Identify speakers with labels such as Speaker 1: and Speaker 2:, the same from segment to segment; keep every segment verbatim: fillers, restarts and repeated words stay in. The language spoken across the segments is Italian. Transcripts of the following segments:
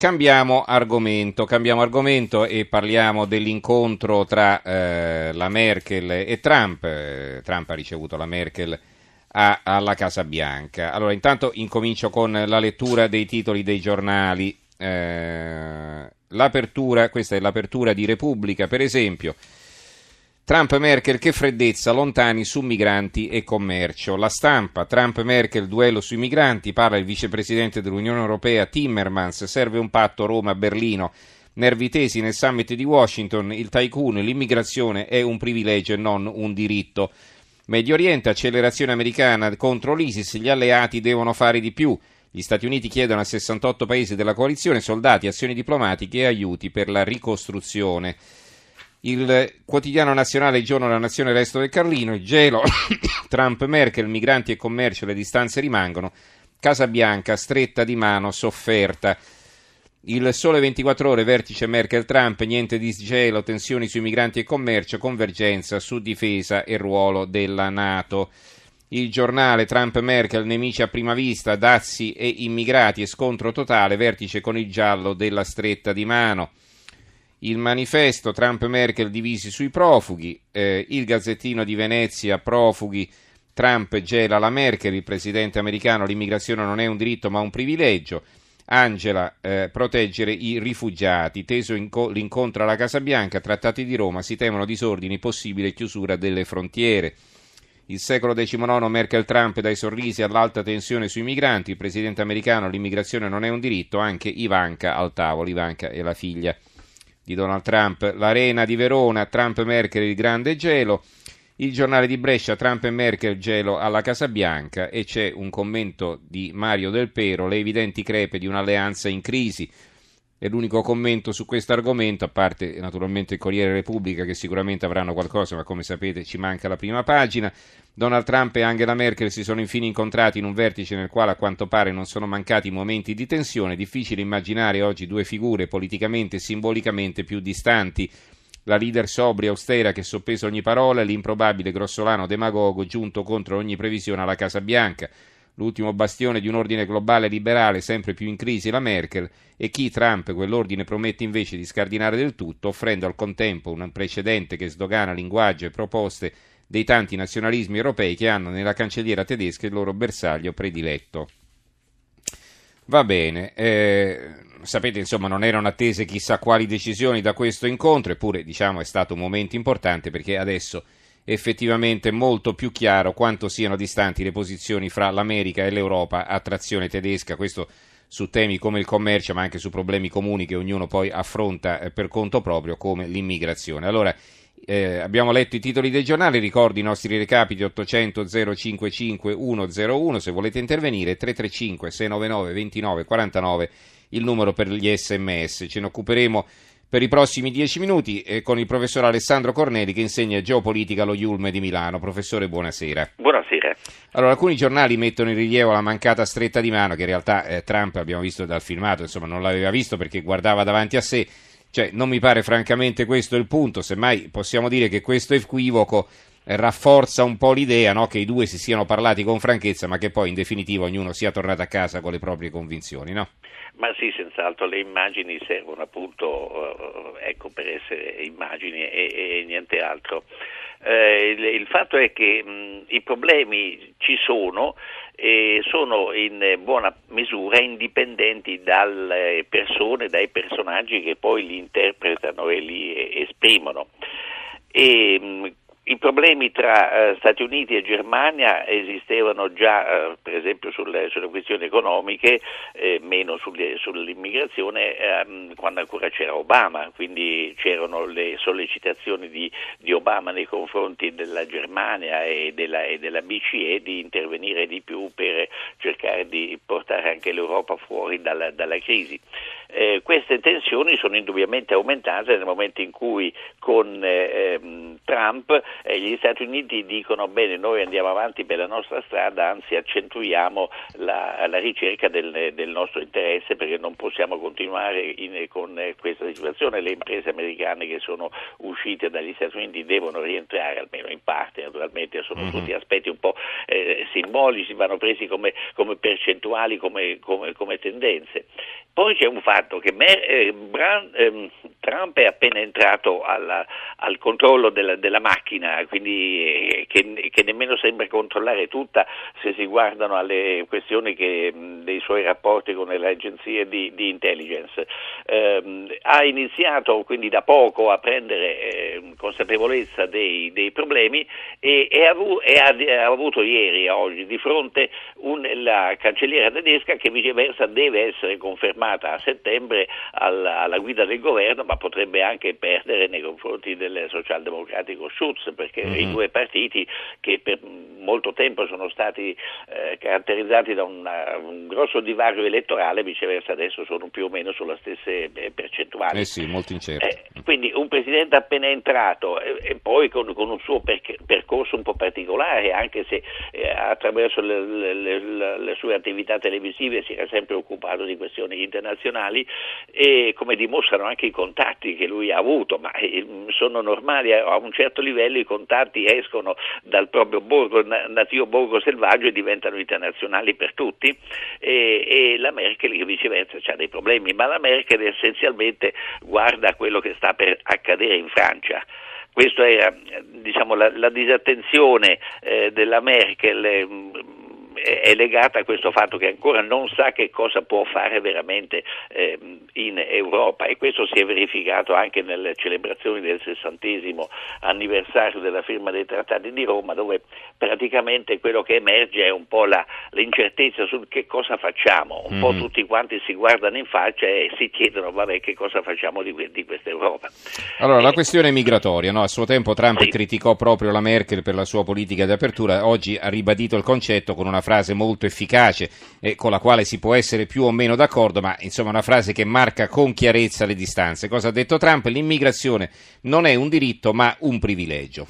Speaker 1: Cambiamo argomento, cambiamo argomento e parliamo dell'incontro tra eh, la Merkel e Trump. Eh, Trump ha ricevuto la Merkel a, alla Casa Bianca. Allora, intanto incomincio con la lettura dei titoli dei giornali. Eh, l'apertura, questa è l'apertura di Repubblica, per esempio. Trump e Merkel, che freddezza, lontani su migranti e commercio. La Stampa, Trump e Merkel, duello sui migranti, parla il vicepresidente dell'Unione Europea Timmermans, serve un patto Roma-Berlino, nervi tesi nel summit di Washington, il tycoon, l'immigrazione è un privilegio e non un diritto. Medio Oriente, accelerazione americana contro l'ISIS, gli alleati devono fare di più. Gli Stati Uniti chiedono a sessantotto paesi della coalizione soldati, azioni diplomatiche e aiuti per la ricostruzione. Il quotidiano nazionale Il Giorno della Nazione, il Resto del Carlino, il gelo, Trump, Merkel, migranti e commercio, le distanze rimangono, Casa Bianca, stretta di mano, sofferta. Il Sole ventiquattro Ore, vertice Merkel-Trump, niente di gelo, tensioni sui migranti e commercio, convergenza su difesa e ruolo della NATO. Il Giornale, Trump-Merkel, nemici a prima vista, dazi e immigrati e scontro totale, vertice con il giallo della stretta di mano. Il Manifesto, Trump e Merkel divisi sui profughi, eh, il Gazzettino di Venezia, profughi, Trump gela la Merkel, il presidente americano, l'immigrazione non è un diritto ma un privilegio, Angela, eh, proteggere i rifugiati, teso inco- l'incontro alla Casa Bianca, trattati di Roma, si temono disordini, possibile chiusura delle frontiere. Il secolo diciannove, Merkel-Trump, dai sorrisi all'alta tensione sui migranti, il presidente americano, l'immigrazione non è un diritto, anche Ivanka al tavolo, Ivanka è la figlia di Donald Trump. L'Arena di Verona, Trump e Merkel, il grande gelo. Il Giornale di Brescia, Trump e Merkel, gelo alla Casa Bianca, e c'è un commento di Mario Del Pero, le evidenti crepe di un'alleanza in crisi. È l'unico commento su questo argomento, a parte naturalmente il Corriere Repubblica, che sicuramente avranno qualcosa, ma come sapete ci manca la prima pagina. Donald Trump e Angela Merkel si sono infine incontrati in un vertice nel quale a quanto pare non sono mancati momenti di tensione. Difficile immaginare oggi due figure politicamente e simbolicamente più distanti. La leader sobria e austera che soppesa ogni parola, l'improbabile grossolano demagogo giunto contro ogni previsione alla Casa Bianca. L'ultimo bastione di un ordine globale liberale sempre più in crisi, la Merkel, e chi, Trump, quell'ordine promette invece di scardinare del tutto, offrendo al contempo un precedente che sdogana linguaggio e proposte dei tanti nazionalismi europei che hanno nella cancelliera tedesca il loro bersaglio prediletto. Va bene, eh, sapete insomma non erano attese chissà quali decisioni da questo incontro, eppure diciamo è stato un momento importante perché adesso effettivamente è molto più chiaro quanto siano distanti le posizioni fra l'America e l'Europa a trazione tedesca, questo su temi come il commercio ma anche su problemi comuni che ognuno poi affronta eh, per conto proprio come l'immigrazione. Allora eh, abbiamo letto i titoli dei giornali, ricordo i nostri recapiti ottocento zero cinquantacinque centouno, se volete intervenire tre tre cinque sei nove nove due nove quattro nove il numero per gli sms. Ce ne occuperemo per i prossimi dieci minuti eh, con il professor Alessandro Corneli che insegna geopolitica allo Iulme di Milano. Professore, buonasera.
Speaker 2: Buonasera.
Speaker 1: Allora, alcuni giornali mettono in rilievo la mancata stretta di mano che in realtà eh, Trump, abbiamo visto dal filmato, insomma non l'aveva visto perché guardava davanti a sé. Cioè, non mi pare francamente questo il punto, semmai possiamo dire che questo equivoco eh, rafforza un po' l'idea, no, che i due si siano parlati con franchezza ma che poi in definitiva ognuno sia tornato a casa con le proprie convinzioni, no?
Speaker 2: Ma sì, senz'altro le immagini servono appunto eh, ecco, per essere immagini e, e niente altro. Eh, il, il fatto è che mh, i problemi ci sono e sono in buona misura indipendenti dalle persone, dai personaggi che poi li interpretano e li esprimono. E, mh, I problemi tra eh, Stati Uniti e Germania esistevano già, eh, per esempio, sulle, sulle questioni economiche, eh, meno sulle, sull'immigrazione, ehm, quando ancora c'era Obama, quindi c'erano le sollecitazioni di, di Obama nei confronti della Germania e della, e della B C E di intervenire di più per cercare di portare anche l'Europa fuori dalla, dalla crisi. Eh, queste tensioni sono indubbiamente aumentate nel momento in cui con eh, Trump eh, gli Stati Uniti dicono bene, noi andiamo avanti per la nostra strada, anzi accentuiamo la, la ricerca del, del nostro interesse perché non possiamo continuare in, con eh, questa situazione. Le imprese americane che sono uscite dagli Stati Uniti devono rientrare, almeno in parte, naturalmente sono mm-hmm. tutti aspetti un po' eh, simbolici, vanno presi come, come percentuali, come, come, come tendenze. Poi c'è un fatto che Mer- eh, Bran- ehm, Trump è appena entrato alla, al controllo della, della macchina, quindi eh, che, che nemmeno sembra controllare tutta se si guardano alle questioni che, mh, dei suoi rapporti con le agenzie di, di intelligence. Eh, ha iniziato quindi da poco a prendere eh, consapevolezza dei, dei problemi e, e, ha, e ha, ha avuto ieri, oggi, di fronte un, la cancelliera tedesca che viceversa deve essere confermata a settembre alla, alla guida del governo, ma potrebbe anche perdere nei confronti del socialdemocratico Schulz, perché mm-hmm. i due partiti che per molto tempo sono stati eh, caratterizzati da una, un grosso divario elettorale, viceversa adesso sono più o meno sulle stesse eh, percentuali.
Speaker 1: Eh sì, molto incerto.
Speaker 2: Eh, quindi un presidente appena entrato e, e poi con, con un suo per, percorso un po' particolare, anche se eh, attraverso le, le, le, le sue attività televisive si era sempre occupato di questioni internazionali, e come dimostrano anche i contatti che lui ha avuto, ma eh, sono normali, a un certo livello i contatti escono dal proprio borgo, nativo borgo selvaggio, e diventano internazionali per tutti, e, e la Merkel che viceversa ha dei problemi, ma la Merkel essenzialmente guarda a quello che sta per accadere in Francia. Questa era, diciamo, la, la disattenzione eh, della Merkel eh, è legata a questo fatto che ancora non sa che cosa può fare veramente eh, in Europa, e questo si è verificato anche nelle celebrazioni del sessantesimo anniversario della firma dei trattati di Roma, dove praticamente quello che emerge è un po' la, l'incertezza sul che cosa facciamo, un mm-hmm. po' tutti quanti si guardano in faccia e si chiedono vabbè che cosa facciamo di, di questa Europa.
Speaker 1: Allora
Speaker 2: eh,
Speaker 1: la questione migratoria, no? A suo tempo Trump
Speaker 2: sì.
Speaker 1: criticò proprio la Merkel per la sua politica di apertura, oggi ha ribadito il concetto con una frase molto efficace eh, con la quale si può essere più o meno d'accordo, ma insomma una frase che marca con chiarezza le distanze. Cosa ha detto Trump? L'immigrazione non è un diritto ma un privilegio.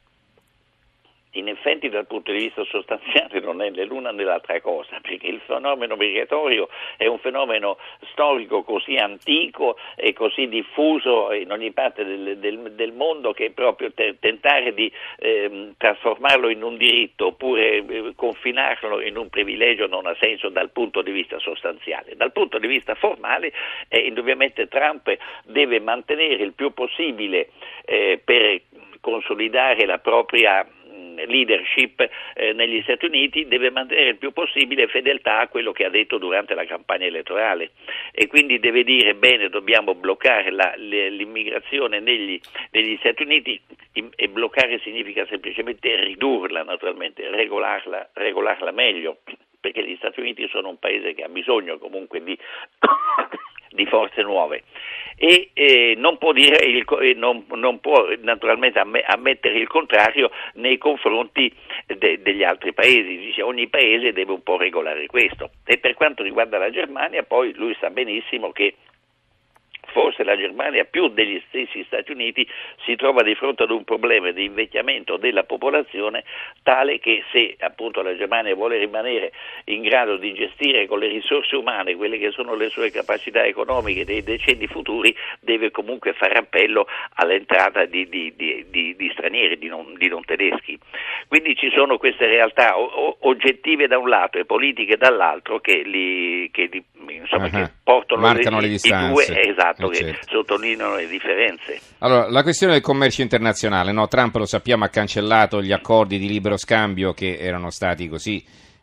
Speaker 2: In effetti dal punto di vista sostanziale non è né l'una né l'altra cosa, perché il fenomeno migratorio è un fenomeno storico così antico e così diffuso in ogni parte del, del, del mondo che proprio te, tentare di eh, trasformarlo in un diritto oppure eh, confinarlo in un privilegio non ha senso dal punto di vista sostanziale. Dal punto di vista formale eh, indubbiamente Trump deve mantenere il più possibile eh, per consolidare la propria leadership eh, negli Stati Uniti, deve mantenere il più possibile fedeltà a quello che ha detto durante la campagna elettorale, e quindi deve dire bene, dobbiamo bloccare la, le, l'immigrazione negli, negli Stati Uniti, e bloccare significa semplicemente ridurla, naturalmente, regolarla, regolarla meglio, perché gli Stati Uniti sono un paese che ha bisogno comunque di, di forze nuove. E eh, non può dire il, non, non può naturalmente ammettere il contrario nei confronti de, degli altri paesi. Dice ogni paese deve un po' regolare questo. E per quanto riguarda la Germania, poi lui sa benissimo che forse la Germania più degli stessi Stati Uniti si trova di fronte ad un problema di invecchiamento della popolazione tale che se appunto la Germania vuole rimanere in grado di gestire con le risorse umane quelle che sono le sue capacità economiche dei decenni futuri, deve comunque fare appello all'entrata di, di, di, di, di stranieri, di non, di non tedeschi. Quindi ci sono queste realtà o, oggettive da un lato e politiche dall'altro che, li, che, li, insomma, uh-huh. che portano
Speaker 1: marcano le, le distanze.
Speaker 2: I due, esatto,
Speaker 1: eh,
Speaker 2: che
Speaker 1: certo.
Speaker 2: sottolineano le differenze.
Speaker 1: Allora, la questione del commercio internazionale, no? Trump, lo sappiamo, ha cancellato gli accordi di libero scambio che erano stati così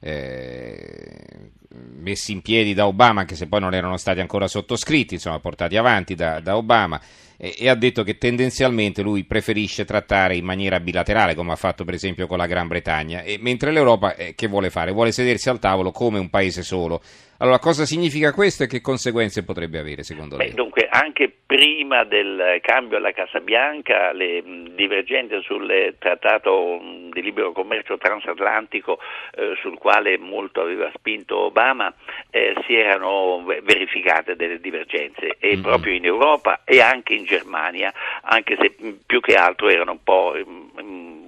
Speaker 1: eh, messi in piedi da Obama, anche se poi non erano stati ancora sottoscritti, insomma portati avanti da, da Obama, e, e ha detto che tendenzialmente lui preferisce trattare in maniera bilaterale, come ha fatto per esempio con la Gran Bretagna, e, mentre l'Europa eh, che vuole fare? Vuole sedersi al tavolo come un paese solo. Allora, cosa significa questo e che conseguenze potrebbe avere secondo
Speaker 2: Beh,
Speaker 1: lei?
Speaker 2: Dunque, anche prima del cambio alla Casa Bianca, le mh, divergenze sul trattato mh, di libero commercio transatlantico eh, sul quale molto aveva spinto Obama, eh, si erano verificate delle divergenze e mm-hmm. proprio in Europa e anche in Germania, anche se mh, più che altro erano un po' mh,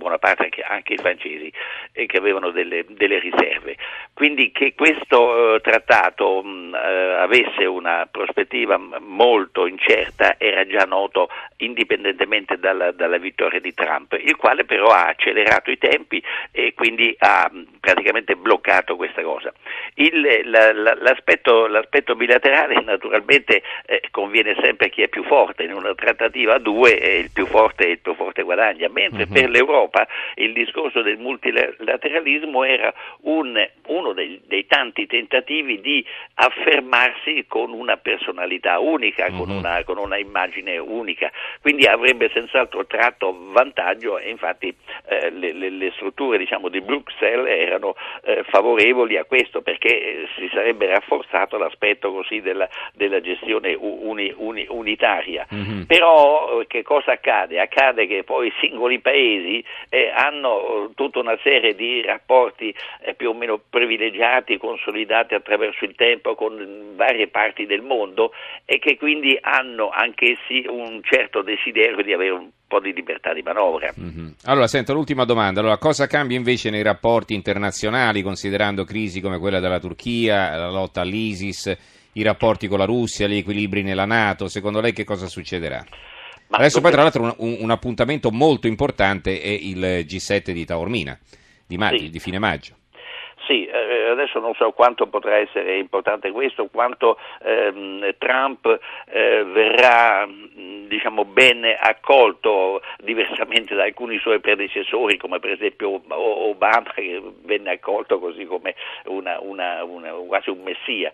Speaker 2: buona parte anche, anche i francesi, eh, che avevano delle, delle riserve. Quindi che questo eh, trattato mh, eh, avesse una prospettiva molto incerta era già noto indipendentemente dalla, dalla vittoria di Trump, il quale però ha accelerato i tempi e quindi ha praticamente bloccato questa cosa. Il, la, la, l'aspetto, l'aspetto bilaterale naturalmente eh, conviene sempre a chi è più forte. In una trattativa a due eh, il più forte il più forte guadagna, mentre uh-huh. per l'Europa il discorso del multilateralismo era un, uno dei, dei tanti tentativi di affermarsi con una personalità unica, uh-huh. con, una, con una immagine unica, quindi avrebbe senz'altro tratto vantaggio e infatti eh, le, le, le strutture diciamo di Bruxelles erano eh, favorevoli a questo, perché eh, si sarebbe rafforzato l'aspetto così della, della gestione uni, uni, unitaria. Mm-hmm. Però che cosa accade? Accade che poi i singoli paesi eh, hanno tutta una serie di rapporti eh, più o meno privilegiati, consolidati attraverso il tempo con varie parti del mondo e che quindi hanno anch'essi un certo desiderio di avere un po' di libertà di manovra.
Speaker 1: Mm-hmm. Allora, sento l'ultima domanda. Allora, cosa cambia invece nei rapporti internazionali, considerando crisi come quella della Turchia, la lotta all'ISIS, i rapporti con la Russia, gli equilibri nella NATO? Secondo lei che cosa succederà? Ma adesso poi tra l'altro un, un, un appuntamento molto importante è il G sette di Taormina, di, maggio,
Speaker 2: sì.
Speaker 1: di fine maggio.
Speaker 2: Sì, eh, adesso non so quanto potrà essere importante questo, quanto ehm, Trump eh, verrà diciamo ben accolto diversamente da alcuni suoi predecessori, come per esempio Obama, che venne accolto così come una, una, una, quasi un messia.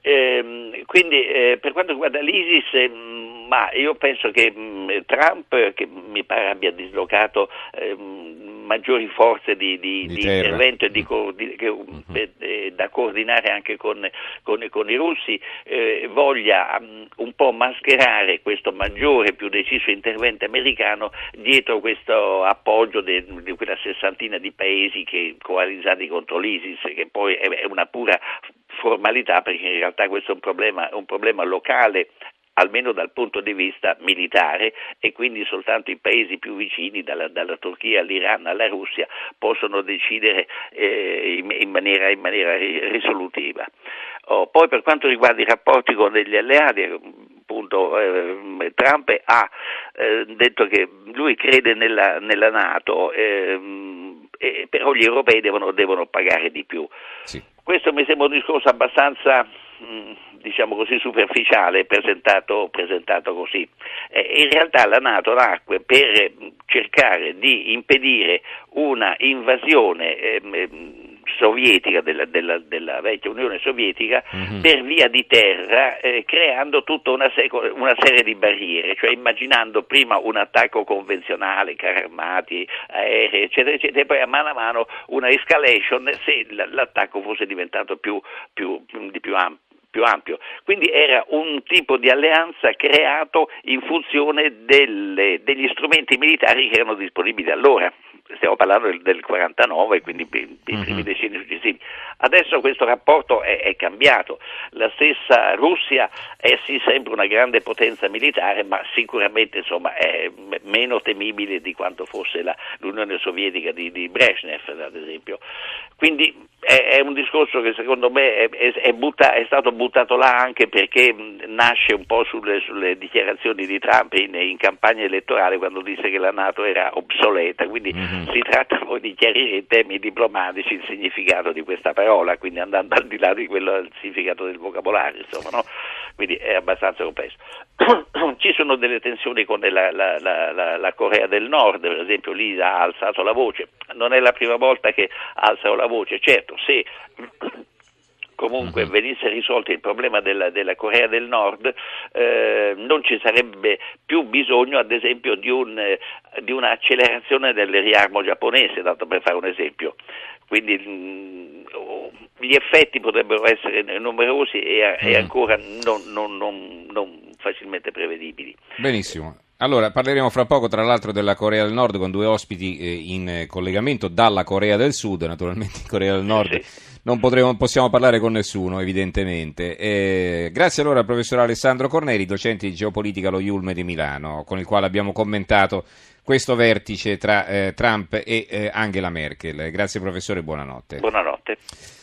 Speaker 2: Eh, quindi eh, per quanto riguarda l'ISIS, eh, ma io penso che mh, Trump, che mi pare abbia dislocato eh, maggiori forze di, di, di, di intervento e di, di, che, uh-huh. eh, da coordinare anche con, con, con i russi, eh, voglia um, un po' mascherare questo maggiore, più deciso intervento americano dietro questo appoggio de, di quella sessantina di paesi che coalizzati contro l'ISIS, che poi è, è una pura formalità, perché in realtà questo è un problema, un problema locale, almeno dal punto di vista militare, e quindi soltanto i paesi più vicini, dalla, dalla Turchia all'Iran alla Russia, possono decidere eh, in, in, maniera, in maniera risolutiva. Oh, poi per quanto riguarda i rapporti con gli alleati, appunto eh, Trump ha eh, detto che lui crede nella, nella NATO, eh, eh, però gli europei devono, devono pagare di più. Sì. Questo mi sembra un discorso abbastanza mh, diciamo così superficiale, presentato, presentato così. Eh, in realtà la NATO nacque per cercare di impedire una invasione eh, sovietica della, della, della vecchia Unione Sovietica mm-hmm. per via di terra, eh, creando tutta una, seco, una serie di barriere, cioè immaginando prima un attacco convenzionale, carri armati, aerei, eccetera, eccetera, e poi a mano a mano una escalation se l'attacco fosse diventato più, più, di più ampio. più ampio. Quindi era un tipo di alleanza creato in funzione delle, degli strumenti militari che erano disponibili allora. Stiamo parlando del, del quarantanove, quindi i primi mm-hmm. decenni successivi. Adesso questo rapporto è, è cambiato. La stessa Russia è sì sempre una grande potenza militare, ma sicuramente insomma è meno temibile di quanto fosse la, l'Unione Sovietica di, di Brezhnev, ad esempio. Quindi è, è un discorso che secondo me è, è, è, butta, è stato buttato là anche perché nasce un po' sulle, sulle dichiarazioni di Trump in, in campagna elettorale, quando disse che la NATO era obsoleta, quindi mm-hmm. si tratta poi di chiarire in termini diplomatici il significato di questa parola, quindi andando al di là di quello del significato del vocabolario, insomma, no? Quindi è abbastanza complesso. Ci sono delle tensioni con la, la, la, la, la Corea del Nord, per esempio lì ha alzato la voce, non è la prima volta che alzano la voce, certo, se comunque uh-huh. venisse risolto il problema della, della Corea del Nord, eh, non ci sarebbe più bisogno, ad esempio, di, un, eh, di un'accelerazione del riarmo giapponese, dato per fare un esempio. Quindi mh, gli effetti potrebbero essere numerosi e, uh-huh. e ancora non, non, non, non facilmente prevedibili.
Speaker 1: Benissimo. Allora, parleremo fra poco tra l'altro della Corea del Nord con due ospiti eh, in collegamento dalla Corea del Sud, naturalmente in Corea del Nord. Sì. non potremo, possiamo parlare con nessuno, evidentemente. Eh, grazie allora al professor Alessandro Corneri, docente di geopolitica allo IULM di Milano, con il quale abbiamo commentato questo vertice tra eh, Trump e eh, Angela Merkel. Grazie professore, buonanotte.
Speaker 2: Buonanotte.